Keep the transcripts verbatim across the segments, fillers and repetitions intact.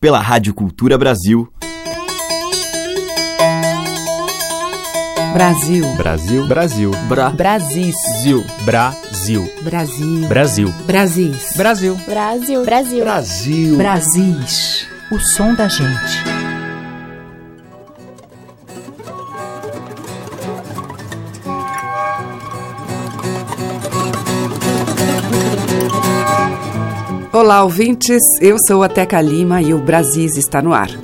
pela Rádio Cultura Brasil. Brasil. Brasil. Brasil. Bra. Brasis. Zil. Brasil. Brasil. Brasil. Brasis. Brasil. Brasil. Brasil. Brasil. Brasis. O som da gente. Olá, ouvintes. Eu sou a Teca Lima e o Brasis está no ar.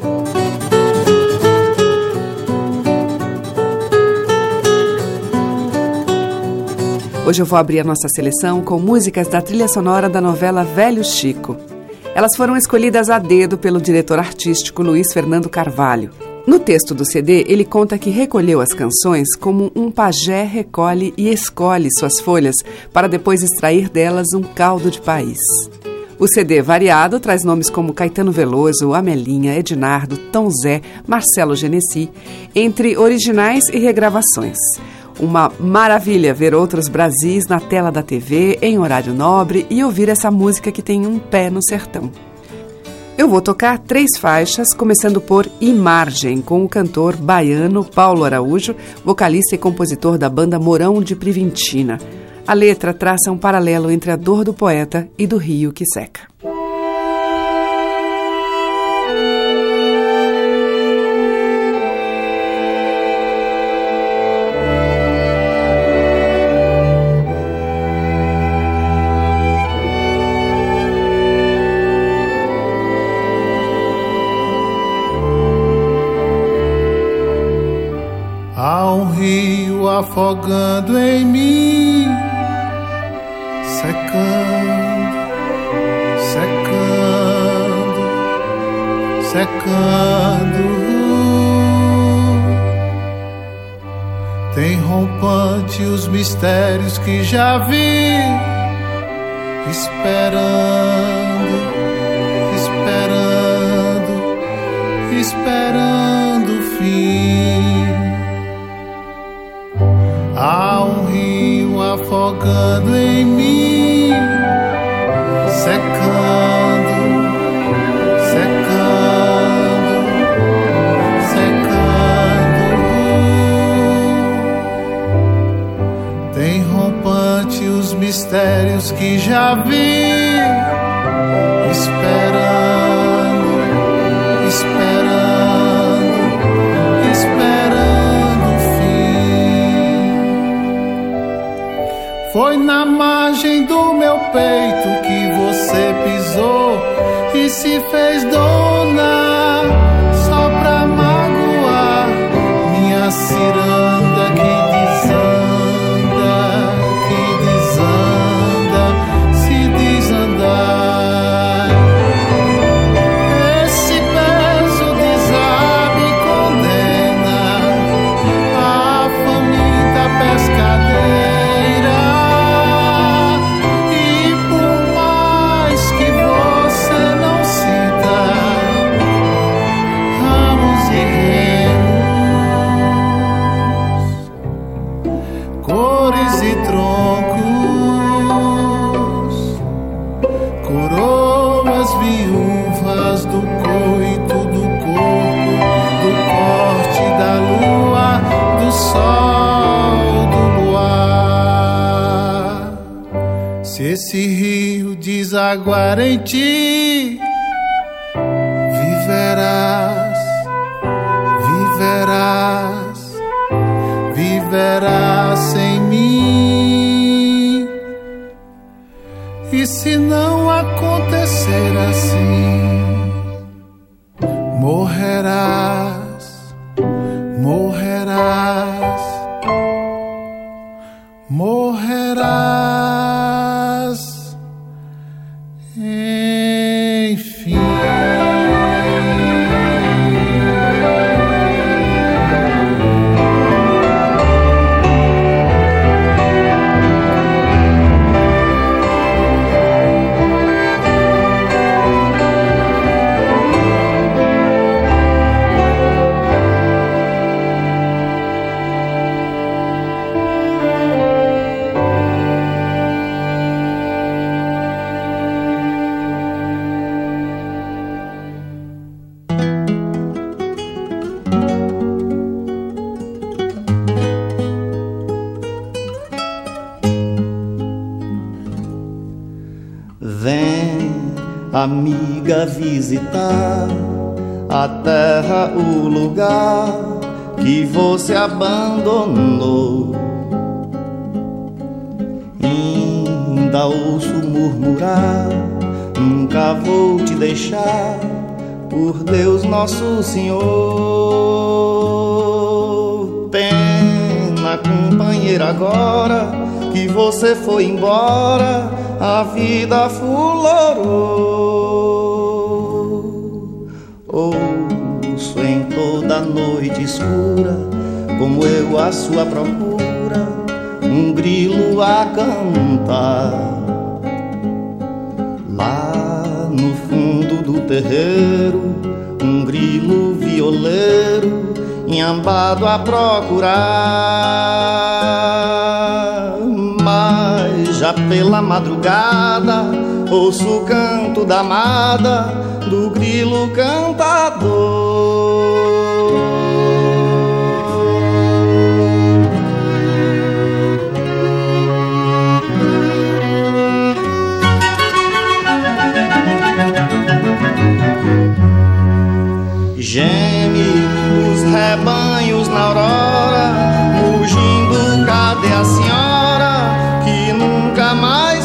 Hoje eu vou abrir a nossa seleção com músicas da trilha sonora da novela Velho Chico. Elas foram escolhidas a dedo pelo diretor artístico Luiz Fernando Carvalho. No texto do C D, ele conta que recolheu as canções como um pajé recolhe e escolhe suas folhas para depois extrair delas um caldo de país. O C D variado traz nomes como Caetano Veloso, Amelinha, Ednardo, Tom Zé, Marcelo Genesi, entre originais e regravações. Uma maravilha ver outros Brasis na tela da T V, em horário nobre, e ouvir essa música que tem um pé no sertão. Eu vou tocar três faixas, começando por Imargem, com o cantor baiano Paulo Araújo, vocalista e compositor da banda Morão de Privintina. A letra traça um paralelo entre a dor do poeta e do rio que seca. Há um rio afogando em mim, secando, secando, secando. Tem rompante os mistérios que já vi, esperando, esperando, esperando o fim. Há um rio afogando em mim, secando, secando, secando. Tem rompante os mistérios que já vi, esperando, esperando, esperando o fim. Foi na margem do meu peito que você pisou e se fez dona, só pra magoar minha ciranda que desanda, que desanda, se desandar. Esse peso desabe e condena a faminta pescadeira. Esse rio desaguar em ti, viverás, viverás, viverás sem mim. E se não acontecer assim, morrerás, morrerás, morrerás. Enfim. amiga, visitar a terra, o lugar que você abandonou. Ainda ouço murmurar, nunca vou te deixar, por Deus Nosso Senhor. Pena, companheira, agora que você foi embora, a vida fulorou. Ouço em toda noite escura, como eu à sua procura, um grilo a cantar. Lá no fundo do terreiro, um grilo violeiro, inhambado a procurar. Mas já pela madrugada ouço o canto da amada do grilo cantador. Geme os rebanhos na aurora, mugindo, cadê a senhora que nunca mais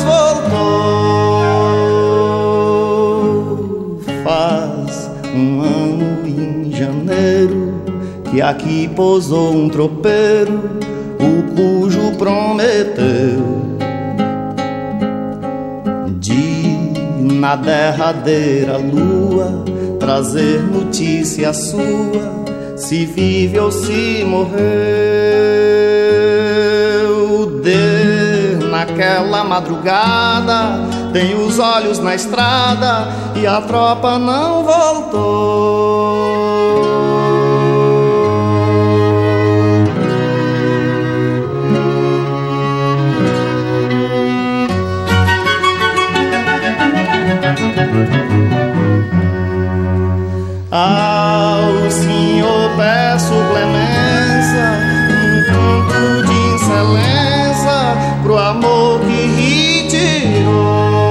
voltou? Faz um ano em janeiro que aqui pousou um tropeiro, o cujo prometeu de na derradeira lua trazer notícia sua, se vive ou se morreu. De naquela madrugada tem os olhos na estrada e a tropa não voltou. Ao Senhor peço clemência, um canto de excelência pro amor que retirou.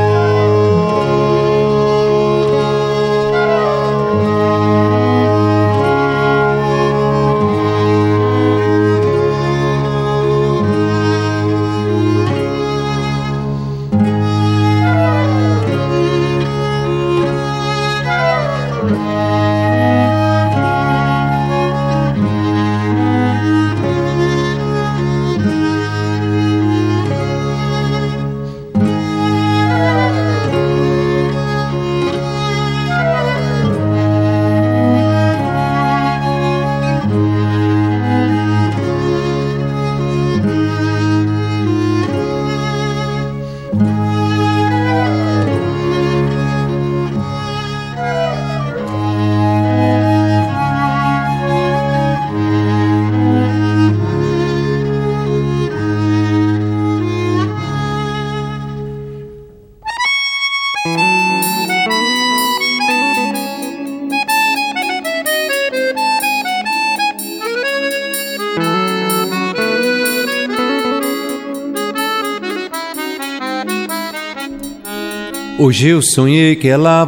Hoje eu sonhei que ela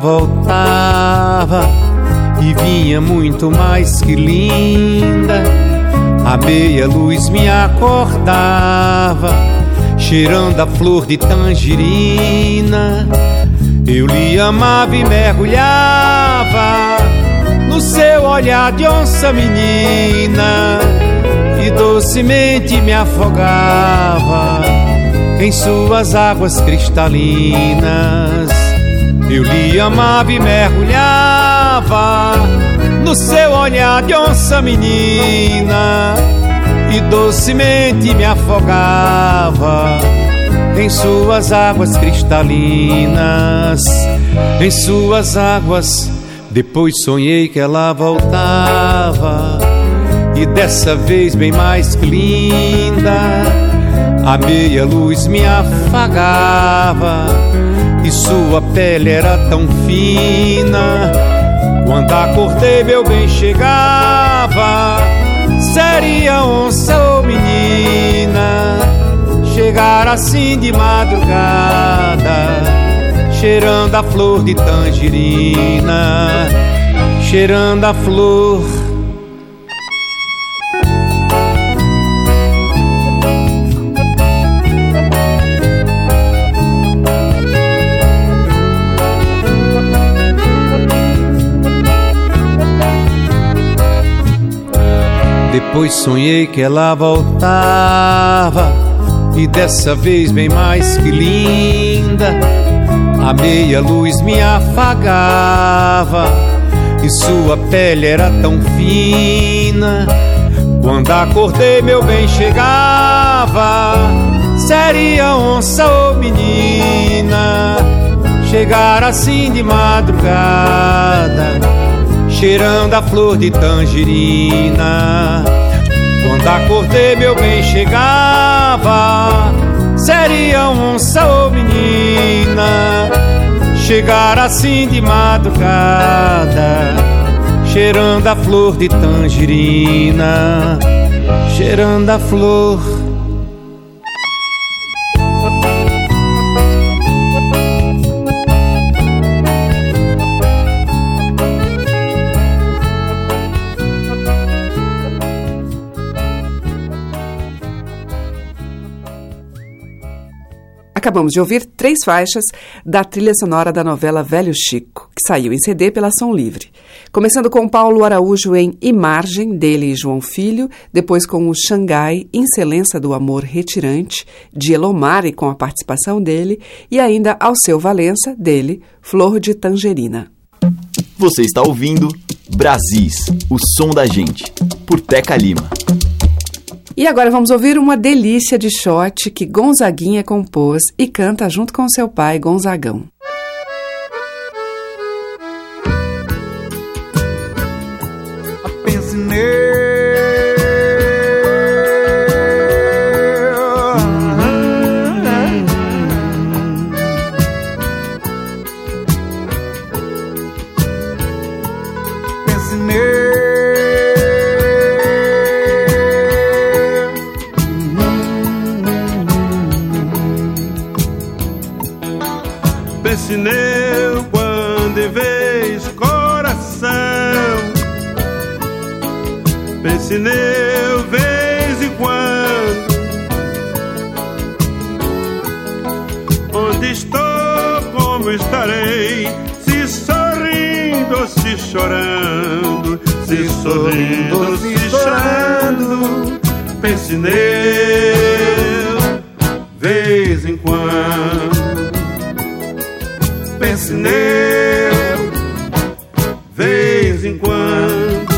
voltava e vinha muito mais que linda. A meia luz me acordava, cheirando a flor de tangerina. Eu lhe amava e mergulhava no seu olhar de onça menina, e docemente me afogava em suas águas cristalinas. Eu lhe amava e mergulhava no seu olhar de onça menina, e docemente me afogava em suas águas cristalinas. Em suas águas. Depois sonhei que ela voltava, e dessa vez bem mais que linda. A meia luz me afagava e sua pele era tão fina. Quando acordei meu bem chegava, seria onça ou menina. Chegar assim de madrugada, cheirando a flor de tangerina, cheirando a flor. Depois sonhei que ela voltava, e dessa vez bem mais que linda. A meia luz me afagava e sua pele era tão fina. Quando acordei meu bem chegava, seria onça ou menina. Chegar assim de madrugada, cheirando a flor de tangerina. Quando acordei meu bem chegava, seria onça ou menina. Chegar assim de madrugada, cheirando a flor de tangerina, cheirando a flor. Acabamos de ouvir três faixas da trilha sonora da novela Velho Chico, que saiu em C D pela Som Livre. Começando com Paulo Araújo em Imagem, dele e João Filho, depois com o Xangai, Excelência do Amor Retirante, de Elomar e com a participação dele, e ainda Alceu Valença, dele, Flor de Tangerina. Você está ouvindo Brasis, o som da gente, por Teca Lima. E agora vamos ouvir uma delícia de shot que Gonzaguinha compôs e canta junto com seu pai, Gonzagão. Pense nele, pense nele. Pense nele quando em vez coração, pense nele vez em quando. Onde estou, como estarei, se sorrindo ou se chorando, se sorrindo ou se chorando. Pense nele vez em quando. Pense nele, vez em quando.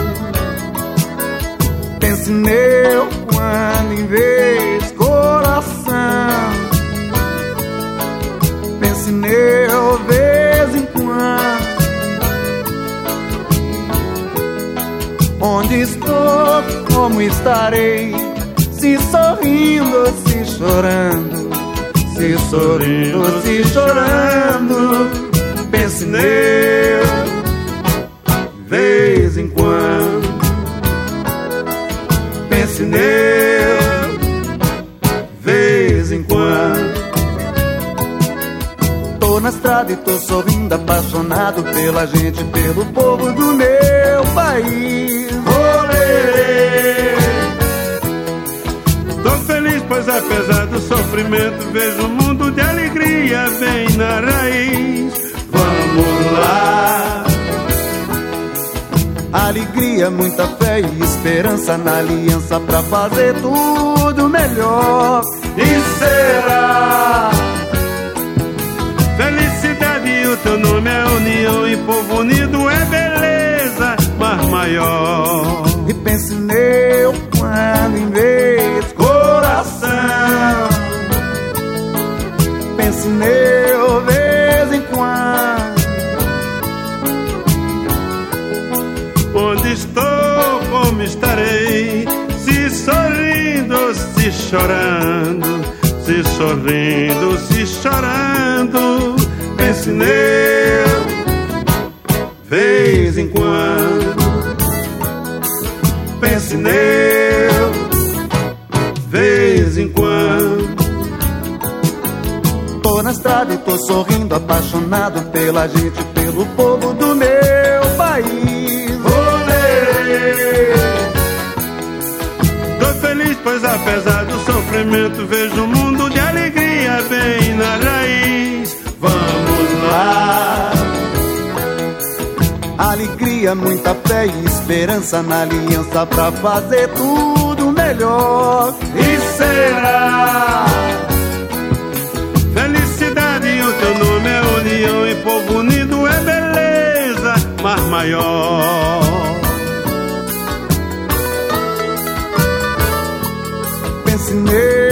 Pense nele quando em vez coração. Pense nele, vez em quando. Onde estou, como estarei, se sorrindo ou se chorando, se sorrindo ou se chorando. Pense nele, vez em quando. Pense nele, vez em quando. Tô na estrada e tô sorrindo, apaixonado pela gente, pelo povo do meu país. Olê! Tô feliz, pois apesar do sofrimento, vejo um mundo de alegria bem na raiz. Vamos lá! Alegria, muita fé e esperança na aliança pra fazer tudo melhor. E será felicidade, o teu nome é união, e povo unido é beleza, mar maior. E pense nele quando em vez coração. Pense nele vez em quando. Onde estou, como estarei, se sorrindo, se chorando, se sorrindo, se chorando. Pense nele, vez em quando. Pense nele, vez em quando. Tô na estrada e tô sorrindo, apaixonado pela gente, pelo povo do meu país. Olê! Tô feliz, pois apesar do sofrimento vejo um mundo de alegria bem na raiz. Vamos lá! Alegria, muita fé e esperança na aliança pra fazer tudo melhor. E será felicidade, o teu nome é união, e povo unido é beleza, mar maior. Pense nele.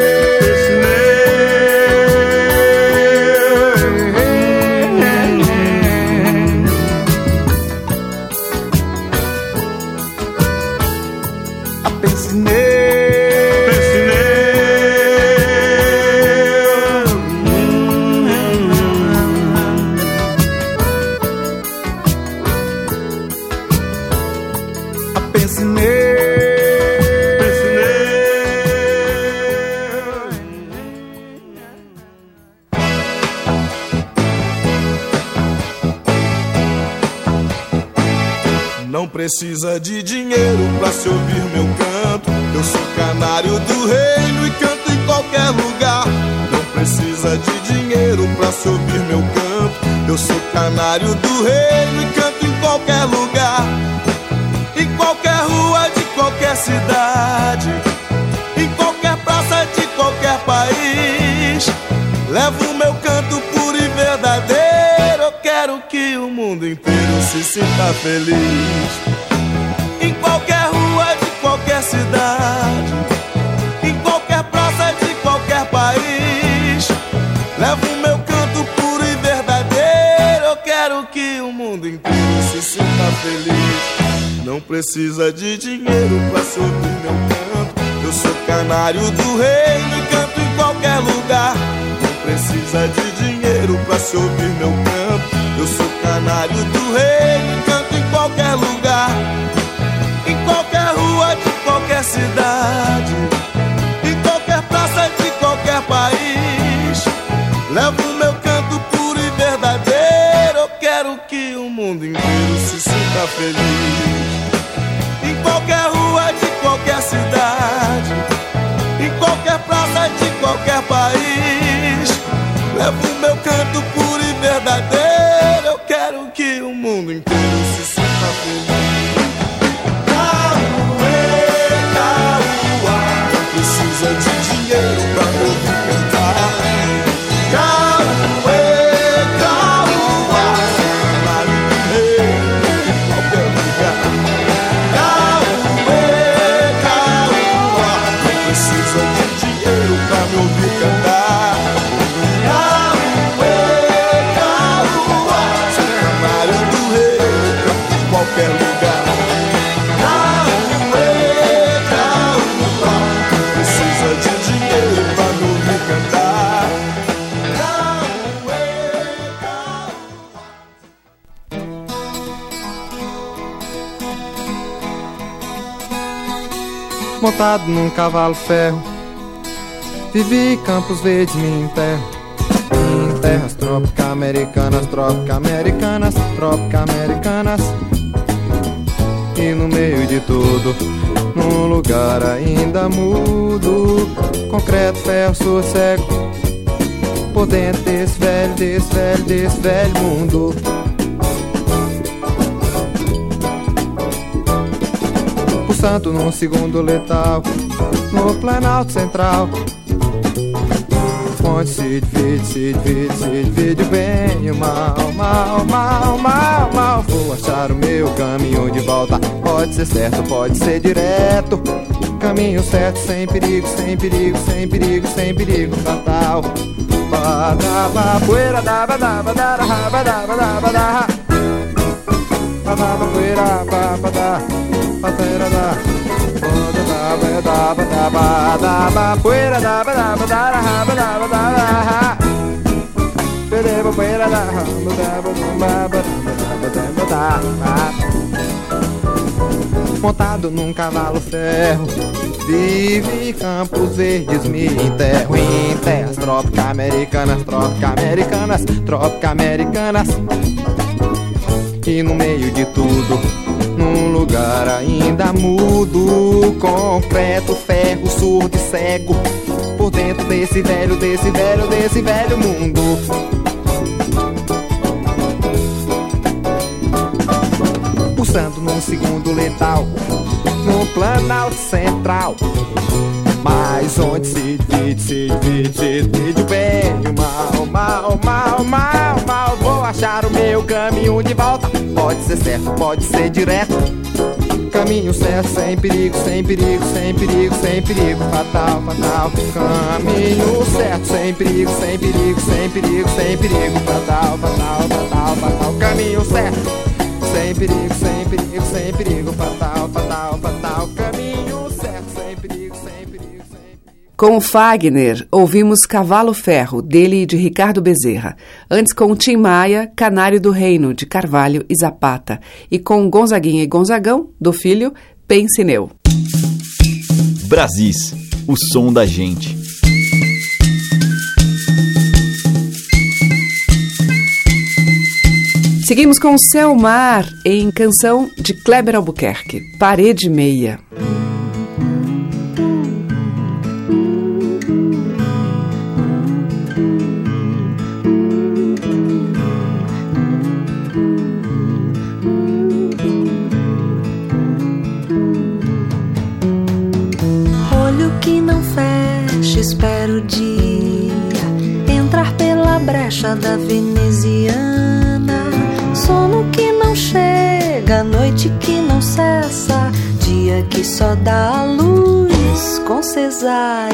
Precisa de dinheiro pra se ouvir meu canto. Eu sou canário do reino e canto em qualquer lugar. Não precisa de dinheiro pra se ouvir meu canto. Eu sou canário do reino e canto em qualquer lugar. Em qualquer rua de qualquer cidade, em qualquer praça de qualquer país. Levo meu canto puro e verdadeiro. Eu quero que o mundo inteiro se sinta feliz. Em qualquer rua de qualquer cidade, em qualquer praça de qualquer país. Levo meu canto puro e verdadeiro. Eu quero que o mundo inteiro se sinta feliz. Não precisa de dinheiro pra se ouvir meu canto. Eu sou canário do reino e canto em qualquer lugar. Não precisa de dinheiro pra se ouvir meu canto. Eu sou canário do reino e canto em qualquer lugar. Em qualquer rua de qualquer cidade, em qualquer praça de qualquer país. Levo meu canto puro e verdadeiro. Eu quero que o mundo inteiro se sinta feliz. Em qualquer rua de qualquer cidade, em qualquer praça de qualquer país. Levo meu canto puro e verdadeiro. Eu quero que o mundo inteiro se sinta feliz. Precisa de dinheiro pra ouvir cantar. Cauê, Cauã, cenário do reino em qualquer lugar. Cauê, Cauã, não precisa de dinheiro pra me ouvir cantar. Cauê, Cauã, cenário do reino em qualquer lugar. Montado num cavalo ferro, vivi campos verdes, me enterro em terras trópico-americanas, trópico-americanas, trópico-americanas. E no meio de tudo, num lugar ainda mudo, concreto, ferro, sou cego, por dentro desse velho, desse velho, desse velho mundo. Pulsando num segundo letal, no Planalto Central, onde se divide, se divide, se divide o bem e o mal, mal, mal, mal, mal. Vou achar o meu caminho de volta, pode ser certo, pode ser direto. Caminho certo, sem perigo, sem perigo, sem perigo, sem perigo fatal. Badaba, poeira, daba, daba, dara, raba, daba, daba, dara. Badaba, poeira, baba, da, patera, da. Badaba, daba, daba, daba, poeira, daba, daba, dara, raba, daba, dara. Bedeba, poeira, da, raba, daba, daba, daba, daba, daba, daba. montado num cavalo ferro. Vive em campos verdes, me enterro em terras trópicas americanas, trópicas americanas, trópicas americanas. E no meio de tudo, num lugar ainda mudo, concreto, ferro, surdo e cego, por dentro desse velho, desse velho, desse velho mundo. Pulsando num segundo letal, no Planalto Central. Mas onde se divide, se divide, se divide o bem e o mal, mal, mal, mal, mal. Vou achar o meu caminho de volta. Pode ser certo, pode ser direto. Caminho certo, sem perigo, sem perigo, sem perigo, sem perigo. Fatal, fatal. Caminho certo, sem perigo, sem perigo, sem perigo, sem perigo. Fatal, fatal, fatal, fatal. Caminho certo, sem perigo, sem perigo, sem perigo. Fatal, fatal, fatal. Caminho certo, sem perigo, sem perigo, sem perigo. Com o Fagner, ouvimos Cavalo Ferro, dele e de Ricardo Bezerra. Antes com o Tim Maia, Canário do Reino, de Carvalho e Zapata. E com Gonzaguinha e Gonzagão, do filho Pensineu. Brasis, o som da gente. Seguimos com Selmar, em canção de Kleber Albuquerque, Parede Meia. Olho que não fecha, espero o dia entrar pela brecha da veneziana. Sono que não chega, noite que não cessa, dia que só dá a luz com cesariana.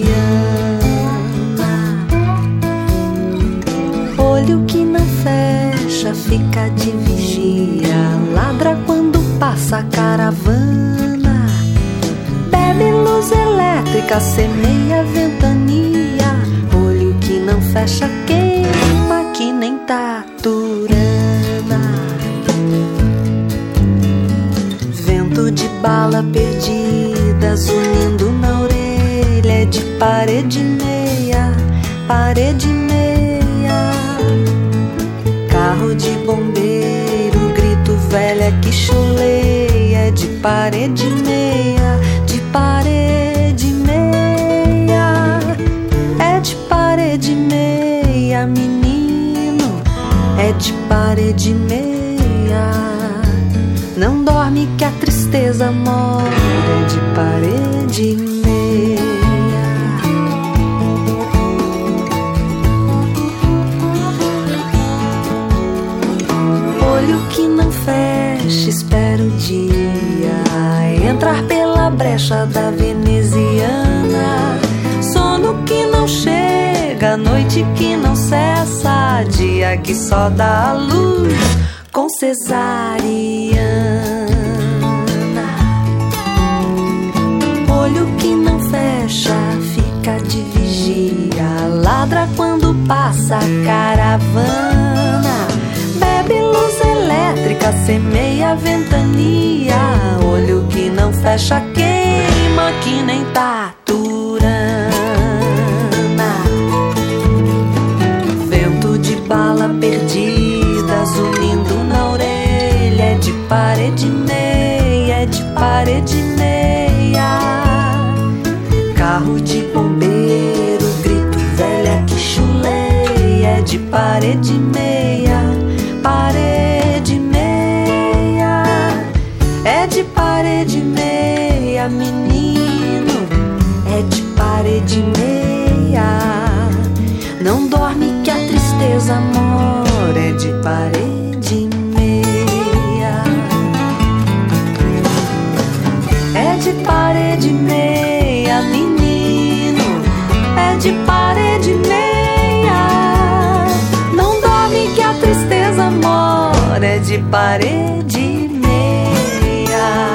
Olho que não fecha, fica de vigia, ladra quando passa a caravana. Bebe luz elétrica, semeia ventania. Olho que não fecha, queima que nem taturana. Vento de bala perdidas, unindo na orelha, de parede meia, parede meia. Carro de bombeiro, grito velha que chuleia, de parede meia, de parede meia. É de parede meia, menino, é de parede meia. Não dorme que a tristeza mora, é de parede meia. Olho que não fecha, espera o dia entrar pela brecha da veneziana. Sono que não chega, noite que não cessa, dia que só dá a luz com cesariana. Olho que não fecha, fica de vigia, ladra quando passa a caravana. Bebe luz elétrica, semeia ventania. Olho que não fecha, queima que nem taturana. Vento de bala perdidas, unindo na orelha, de parede meia, de parede meia. Carro de bombeiro, grito velha que chuleia, de parede meia, parede meia. É de parede meia, menino, é de parede meia. Não dorme que a tristeza mora, é de parede meia. É de parede meia, menino, é de parede meia. Não dorme que a tristeza mora, é de parede meia.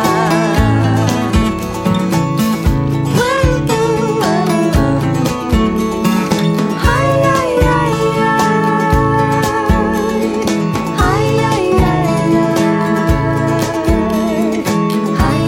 Ai,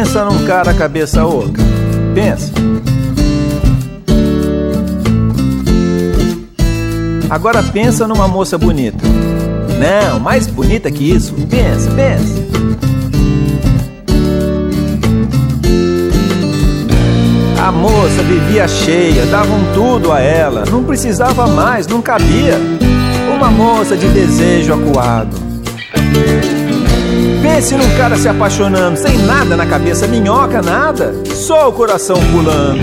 pensa num cara cabeça oca. Pensa. Agora pensa numa moça bonita. Não, mais bonita que isso. Pensa, pensa. A moça vivia cheia, davam tudo a ela. Não precisava mais, não cabia. Uma moça de desejo acuado. Pense num cara se apaixonando, sem nada na cabeça, minhoca, nada. Só o coração pulando.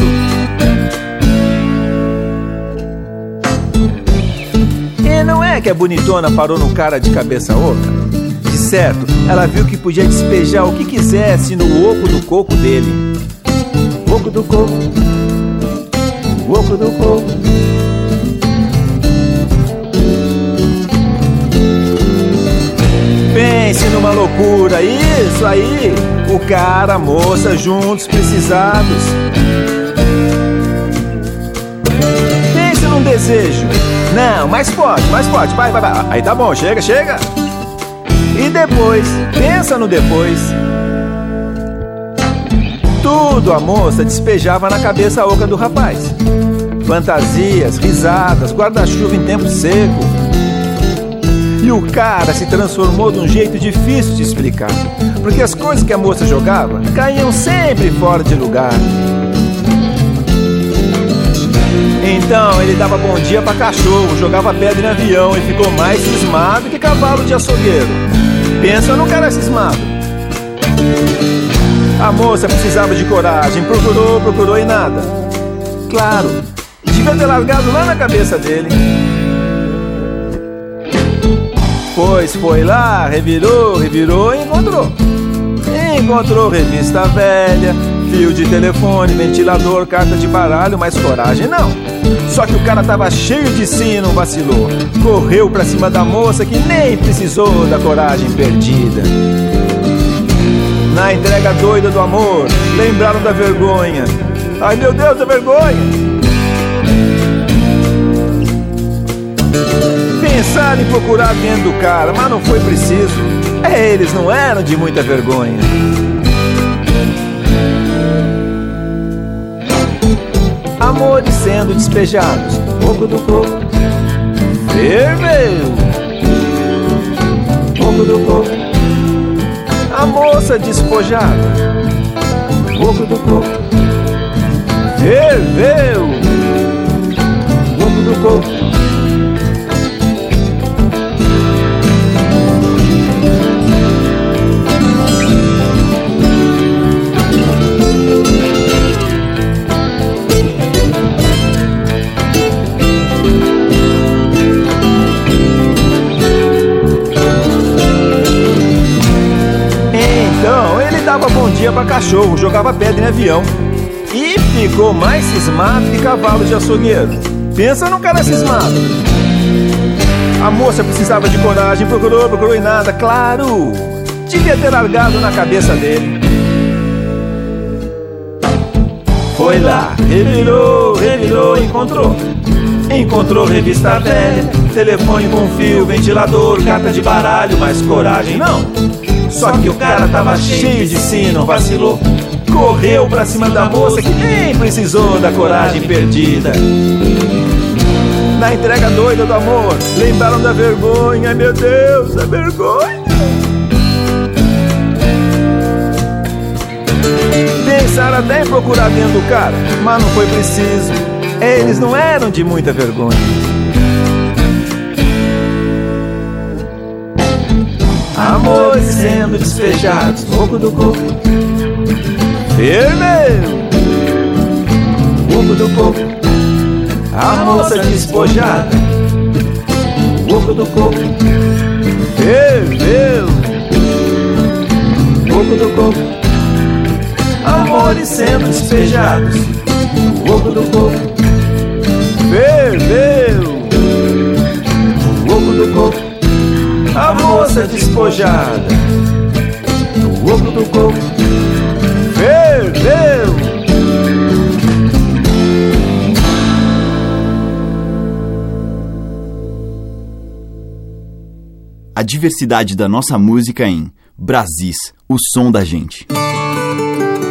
E não é que a bonitona parou no cara de cabeça oca? De certo, ela viu que podia despejar o que quisesse no oco do coco dele. Oco do coco, oco do coco. Pense numa loucura, isso aí. O cara, a moça, juntos, precisados. Pense num desejo. Não, mais forte, mais forte, vai, vai, vai. Aí tá bom, chega, chega. E depois, pensa no depois. Tudo a moça despejava na cabeça oca do rapaz. Fantasias, risadas, guarda-chuva em tempo seco. E o cara se transformou de um jeito difícil de explicar, porque as coisas que a moça jogava caíam sempre fora de lugar. Então ele dava bom dia pra cachorro, jogava pedra em avião e ficou mais cismado que cavalo de açougueiro. Pensa no cara cismado. A moça precisava de coragem, procurou, procurou e nada. Claro, devia ter largado lá na cabeça dele. Pois foi lá, revirou, revirou e encontrou. Encontrou revista velha, fio de telefone, ventilador, carta de baralho, mas coragem não. Só que o cara tava cheio de si e não vacilou. Correu pra cima da moça que nem precisou da coragem perdida. Na entrega doida do amor, lembraram da vergonha. Ai meu Deus, a vergonha! Pensaram em procurar dentro do cara, mas não foi preciso. Eles não eram de muita vergonha. Amores sendo despejados, pouco do coco ferveu. Pouco do coco. A moça despojada, pouco do coco ferveu. Pouco do coco. Dava bom dia pra cachorro, jogava pedra em avião e ficou mais cismado que cavalo de açougueiro. Pensa num cara cismado. A moça precisava de coragem, procurou, procurou e nada. Claro, devia ter largado na cabeça dele. Foi lá, revirou, revirou, encontrou. Encontrou revista velha, telefone com fio, ventilador, carta de baralho, mas coragem não. Só que o cara tava cheio de si, não vacilou. Correu pra cima da moça que nem precisou da coragem perdida. Na entrega doida do amor, lembraram da vergonha. Ai meu Deus, a vergonha. Pensaram até em procurar dentro do cara, mas não foi preciso. Eles não eram de muita vergonha. Amores sendo despejados, pouco do coco ferveu. Pouco do coco. A moça despojada, pouco do coco ferveu. Pouco do coco. Amores sendo despejados, pouco do coco ferveu. Pouco do coco. A moça despojada, o oco do coco ferveu. A diversidade da nossa música em Brasis, o som da gente.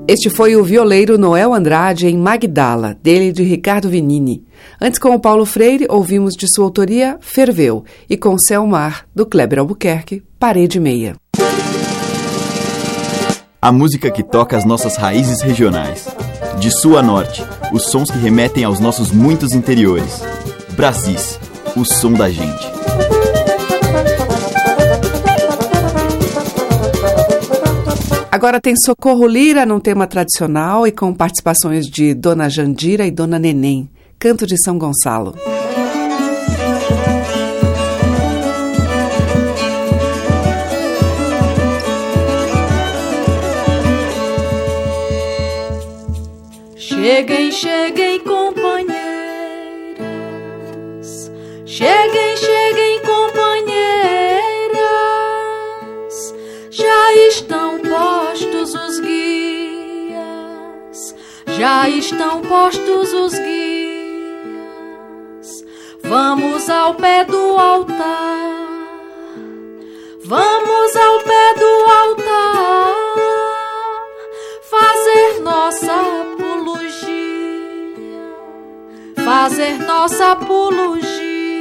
Este foi o violeiro Noel Andrade em Magdala, dele de Ricardo Vinini. Antes, com o Paulo Freire, ouvimos de sua autoria Ferveu, e com Selmar, do Kleber Albuquerque, Parede Meia. A música que toca as nossas raízes regionais. De sul a norte, os sons que remetem aos nossos muitos interiores. Brasis, o som da gente. Agora tem Socorro Lira num tema tradicional e com participações de Dona Jandira e Dona Neném, Canto de São Gonçalo. Cheguem, cheguem, companheiras. Cheguem, cheguem, companheiras. Já estão postos os guias. Já estão postos os guias. Vamos ao pé do altar. Vamos ao pé do altar. Fazer nossa apologia. Fazer nossa apologia.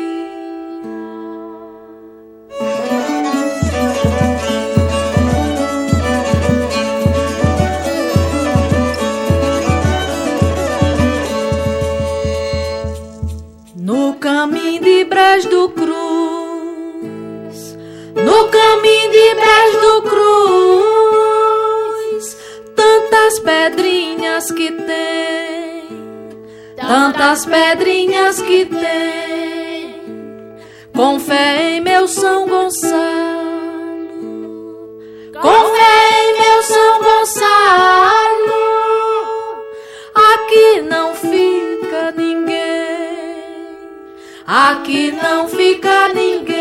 No caminho de Brás do Cruz, no caminho de Brás do Cruz, tantas pedrinhas que tem, tantas pedrinhas que tem, com fé em meu São Gonçalo, com fé em meu São Gonçalo, aqui não fica ninguém. Aqui não fica ninguém.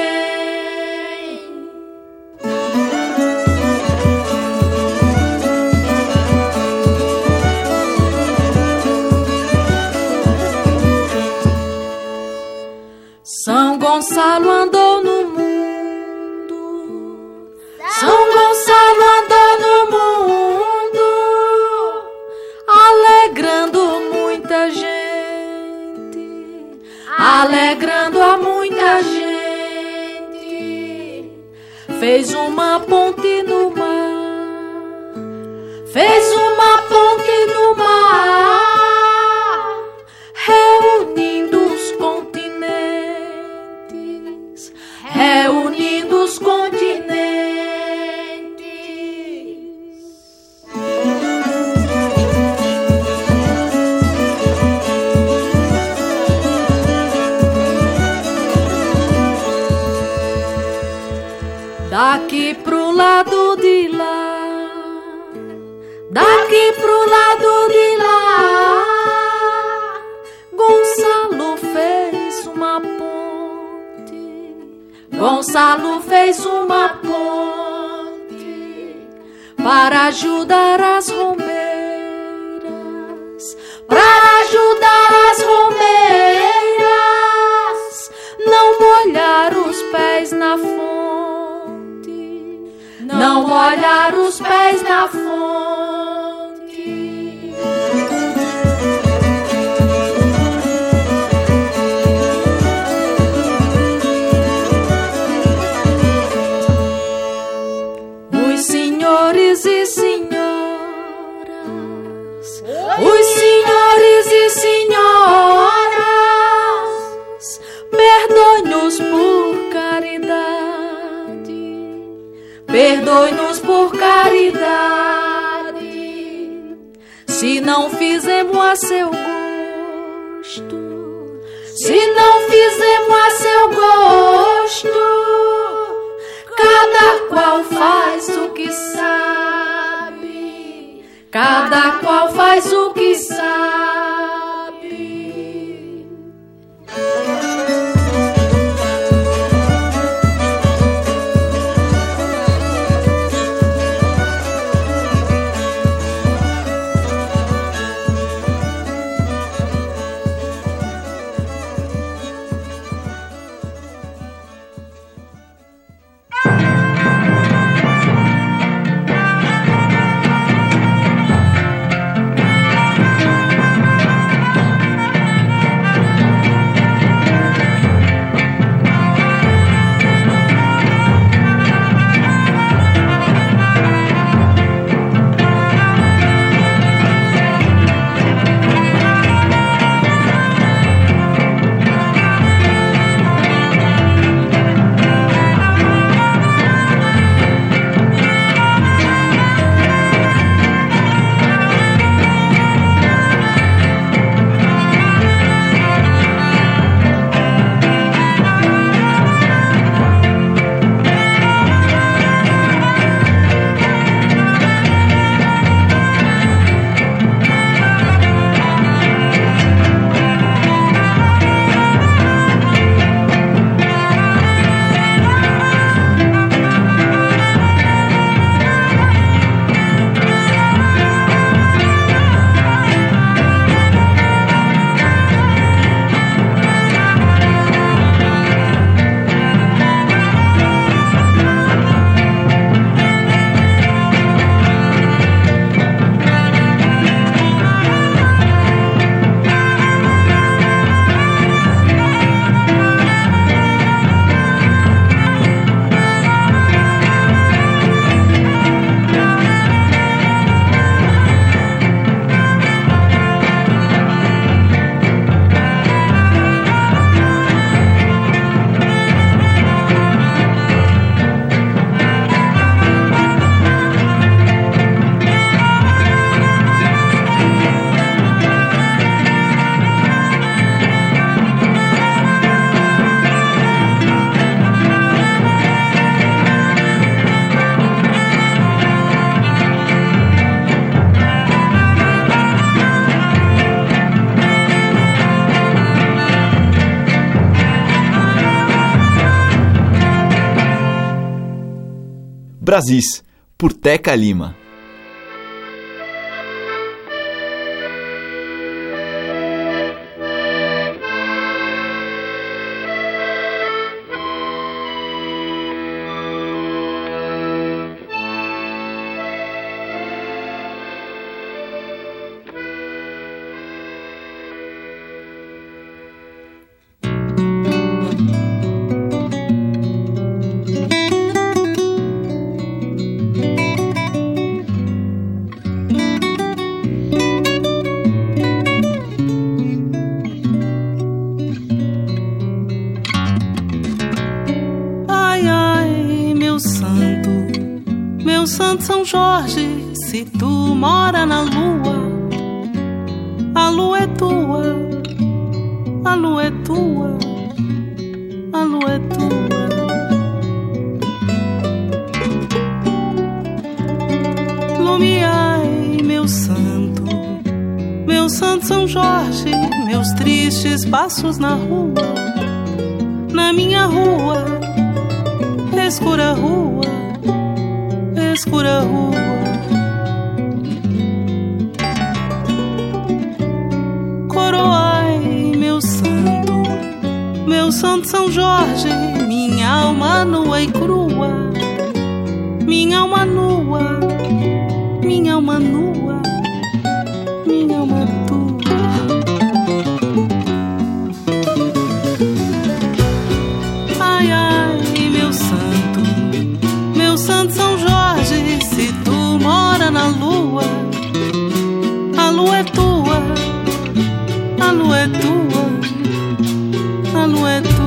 São Gonçalo andou no mundo. São Gonçalo andou no mundo, alegrando muita gente. Alegrando a muita gente. Fez uma ponte no mar. Fez uma ponte no mar, reunindo os continentes. Reunindo os continentes. Daqui pro lado de lá, daqui pro lado de lá, Gonçalo fez uma ponte. Gonçalo fez uma ponte para ajudar as romeiras, para ajudar as romeiras, não molhar os pés na fonte. Não molhar os pés na fonte. Os senhores e senhoras, os senhores e senhoras, perdoe-nos por caridade. Perdoe-nos por caridade, se não fizemos a seu gosto, se não fizemos a seu gosto, cada qual faz o que sabe, cada qual faz o que sabe. Brasis, por Teca Lima. São Jorge, se tu mora na lua, a lua é tua, a lua é tua, a lua é tua. Lumiai, meu santo, meu santo São Jorge, meus tristes passos na rua, na minha rua, escura rua, escura rua. Coroai, meu santo, meu santo São Jorge, minha alma nua e crua, minha alma nua, minha alma nua, minha alma tua. Ai, ai, meu santo, meu santo São Jorge, se tu mora na lua, a lua é tua, a lua é tua, a lua é tua.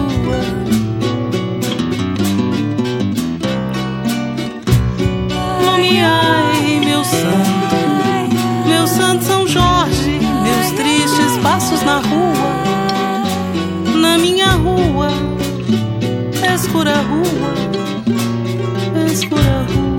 Lumiai, meu santo, meu santo São Jorge, meus tristes passos na rua, na minha rua, escura rua, escura rua.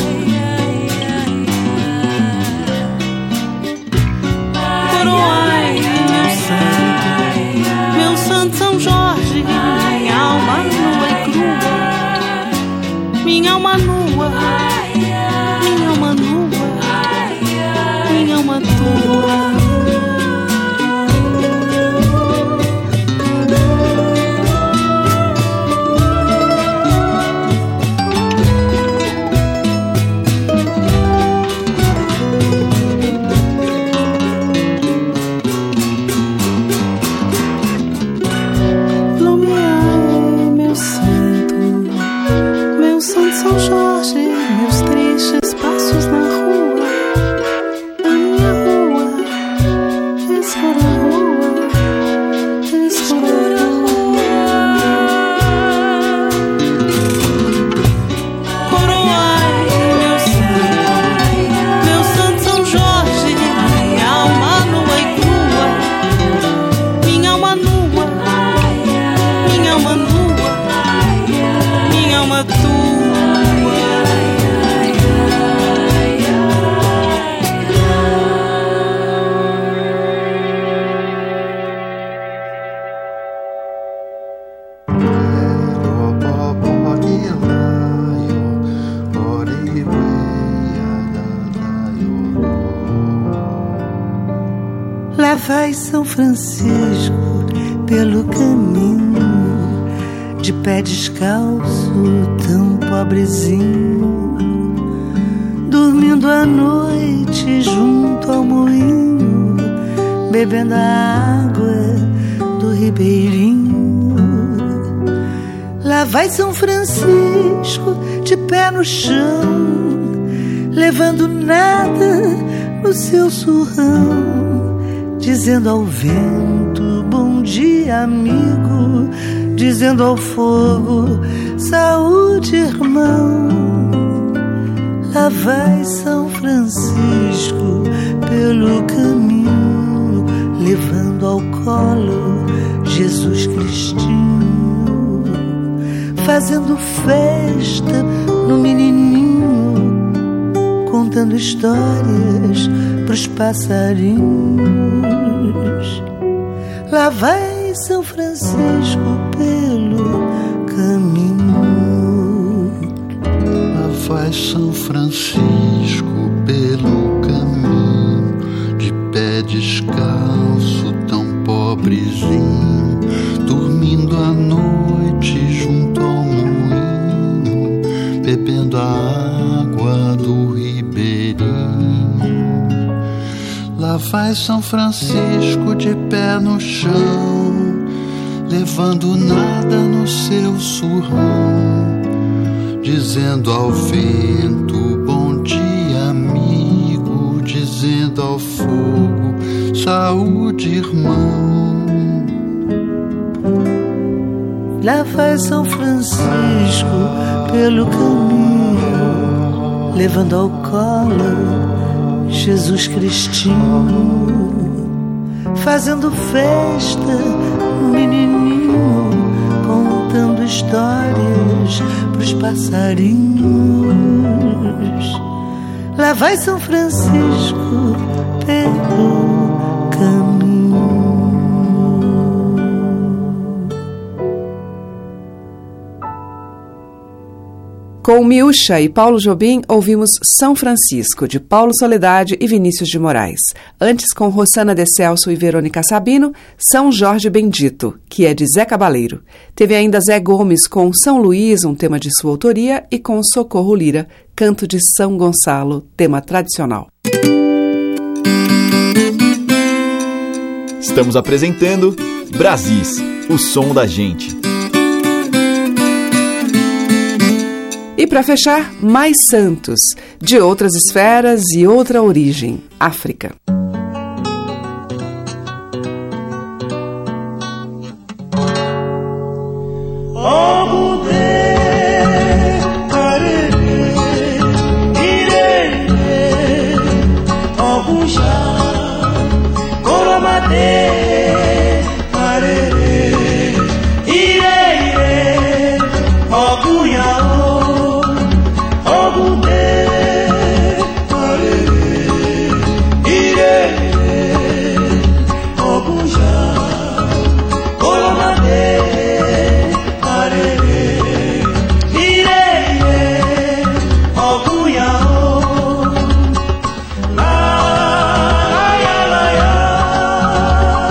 Coroai, meu santo, meu santo São Jorge, minha alma nua e crua, minha alma nua, minha alma nua, minha alma tua. São Jorge, meus tristes passos na rua, na minha rua, escura rua, escura rua. Coroai, meu santo, meu santo São Jorge, minha alma nua e crua, minha alma nua, minha alma nua, minha alma tua. Lá vai São Francisco pelo caminho, de pé descalço, tão pobrezinho, dormindo à noite junto ao moinho, bebendo a água do ribeirinho. Lá vai São Francisco de pé no chão, levando nada no seu surrão, dizendo ao vento, bom dia, amigo, dizendo ao fogo, saúde, irmão. Lá vai São Francisco pelo caminho, levando ao colo Jesus Cristinho, fazendo festa no menininho, contando histórias pros passarinhos. Lá vai São Francisco pelo caminho. Lá vai São Francisco pelo caminho, de pé descalço, tão pobrezinho, dormindo à noite junto ao moinho, bebendo a água do ribeirinho. Lá vai São Francisco de pé no chão, levando nada no seu surrão, dizendo ao vento, bom dia amigo, dizendo ao fogo, saúde irmão. Lá vai São Francisco pelo caminho, levando ao colo Jesus Cristinho, fazendo festa, menininho, contando histórias pros passarinhos. Lá vai São Francisco pelo caminho. Com Miúcha e Paulo Jobim, ouvimos São Francisco, de Paulo Soledade e Vinícius de Moraes. Antes, com Rossana de Celso e Verônica Sabino, São Jorge Bendito, que é de Zé Cabaleiro. Teve ainda Zé Gomes com São Luís, um tema de sua autoria, e com Socorro Lira, Canto de São Gonçalo, tema tradicional. Estamos apresentando Brasis, o som da gente. E para fechar, mais santos, de outras esferas e outra origem, África. La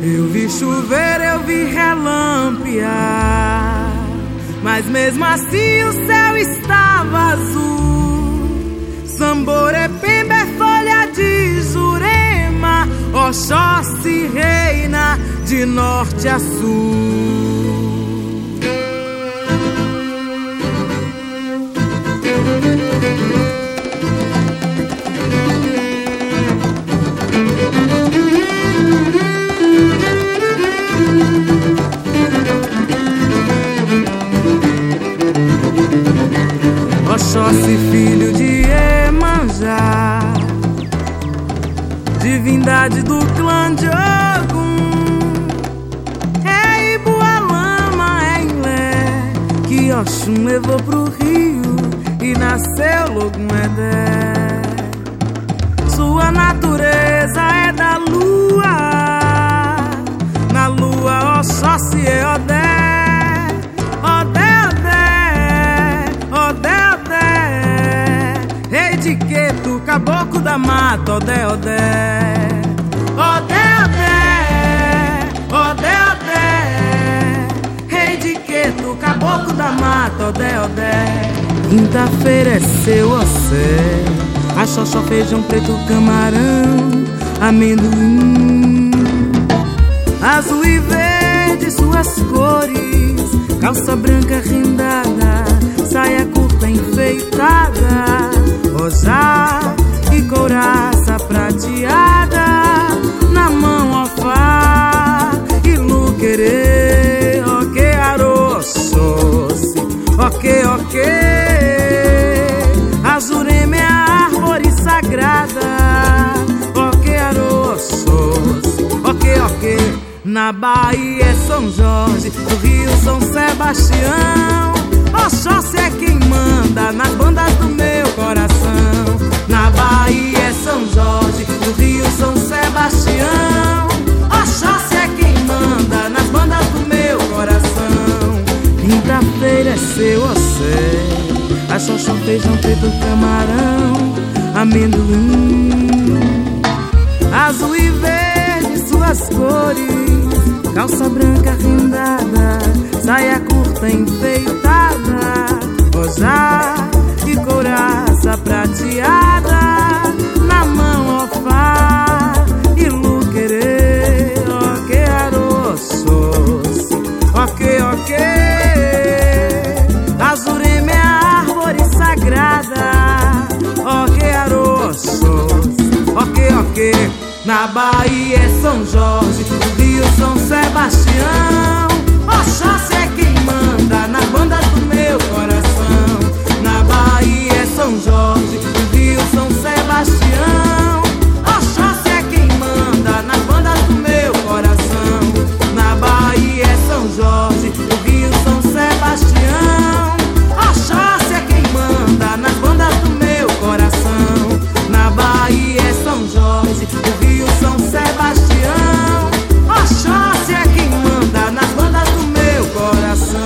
Eu vi chover, eu vi relampear, mas mesmo assim o céu estava azul. Samborepemba é folha de Jurema, Oxóssi reina de norte a sul. Oxóssi, filho de Iemanjá, divindade do clã de Ogum, é Ibualama, é Ilé, que Oxum levou pro rio e nasceu Logumedé. Sua natureza é da lua, na lua Oxóssi é Odé. Etiqueto, caboclo da mata, Odé, Odé. Odé, Odé, Odé, Odé. Rei de Queto, caboclo da mata, Odé, Odé. Quinta-feira é seu ossé, a xoxó, feijão preto, camarão, amendoim. Azul e verde suas cores, calça branca rendada, saia curta enfeitada, rosá e couraça prateada, na mão ofá e luquerê, ok, aroçoce, ok, ok. A Jurema é a árvore sagrada, ok, aroçoce, ok, ok. Na Bahia é São Jorge, no Rio São Sebastião, Oxóssi é quem manda nas bandas do meu coração. Na Bahia é São Jorge, no Rio São Sebastião, Oxóssi é quem manda nas bandas do meu coração. Quinta-feira é seu ossé, a xoxó, feijão preto, camarão, amendoim. Azul e verde suas cores, calça branca rendada, saia curta enfeitada, rosá e couraça prateada, na mão ofá e luquerê, ok, aroçoce, ok, ok. A Jurema é a árvore sagrada, ok, aroçoce, ok, ok. Na Bahia é São Jorge, no Rio São Sebastião, Oxóssi é quem manda nas bandas do meu coração. Na Bahia é São Jorge, no Rio São Sebastião, Oxóssi é quem manda nas bandas do meu coração. Na Bahia é São Jorge, no Rio São Sebastião, Oxóssi é quem manda nas bandas do meu coração. Na Bahia é São Jorge, no Rio São Sebastião, Oxóssi é quem manda nas bandas do meu coração.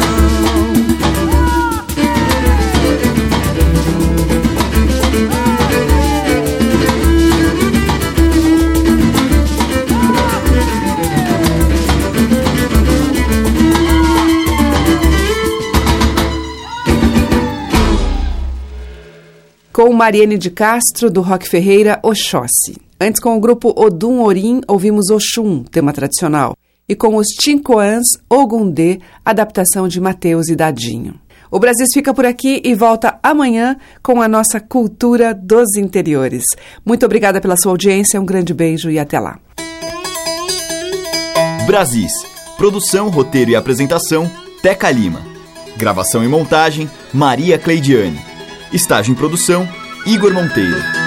Com Mariene de Castro, do Roque Ferreira, Oxóssi. Antes, com o grupo Odum Orim, ouvimos Oxum, tema tradicional. E com os Tincoãs, Ogundê, adaptação de Mateus e Dadinho. O Brasil fica por aqui e volta amanhã com a nossa cultura dos interiores. Muito obrigada pela sua audiência, um grande beijo e até lá. Brasis. Produção, roteiro e apresentação, Teca Lima. Gravação e montagem, Maria Cleidiane. Estágio em produção, Igor Monteiro.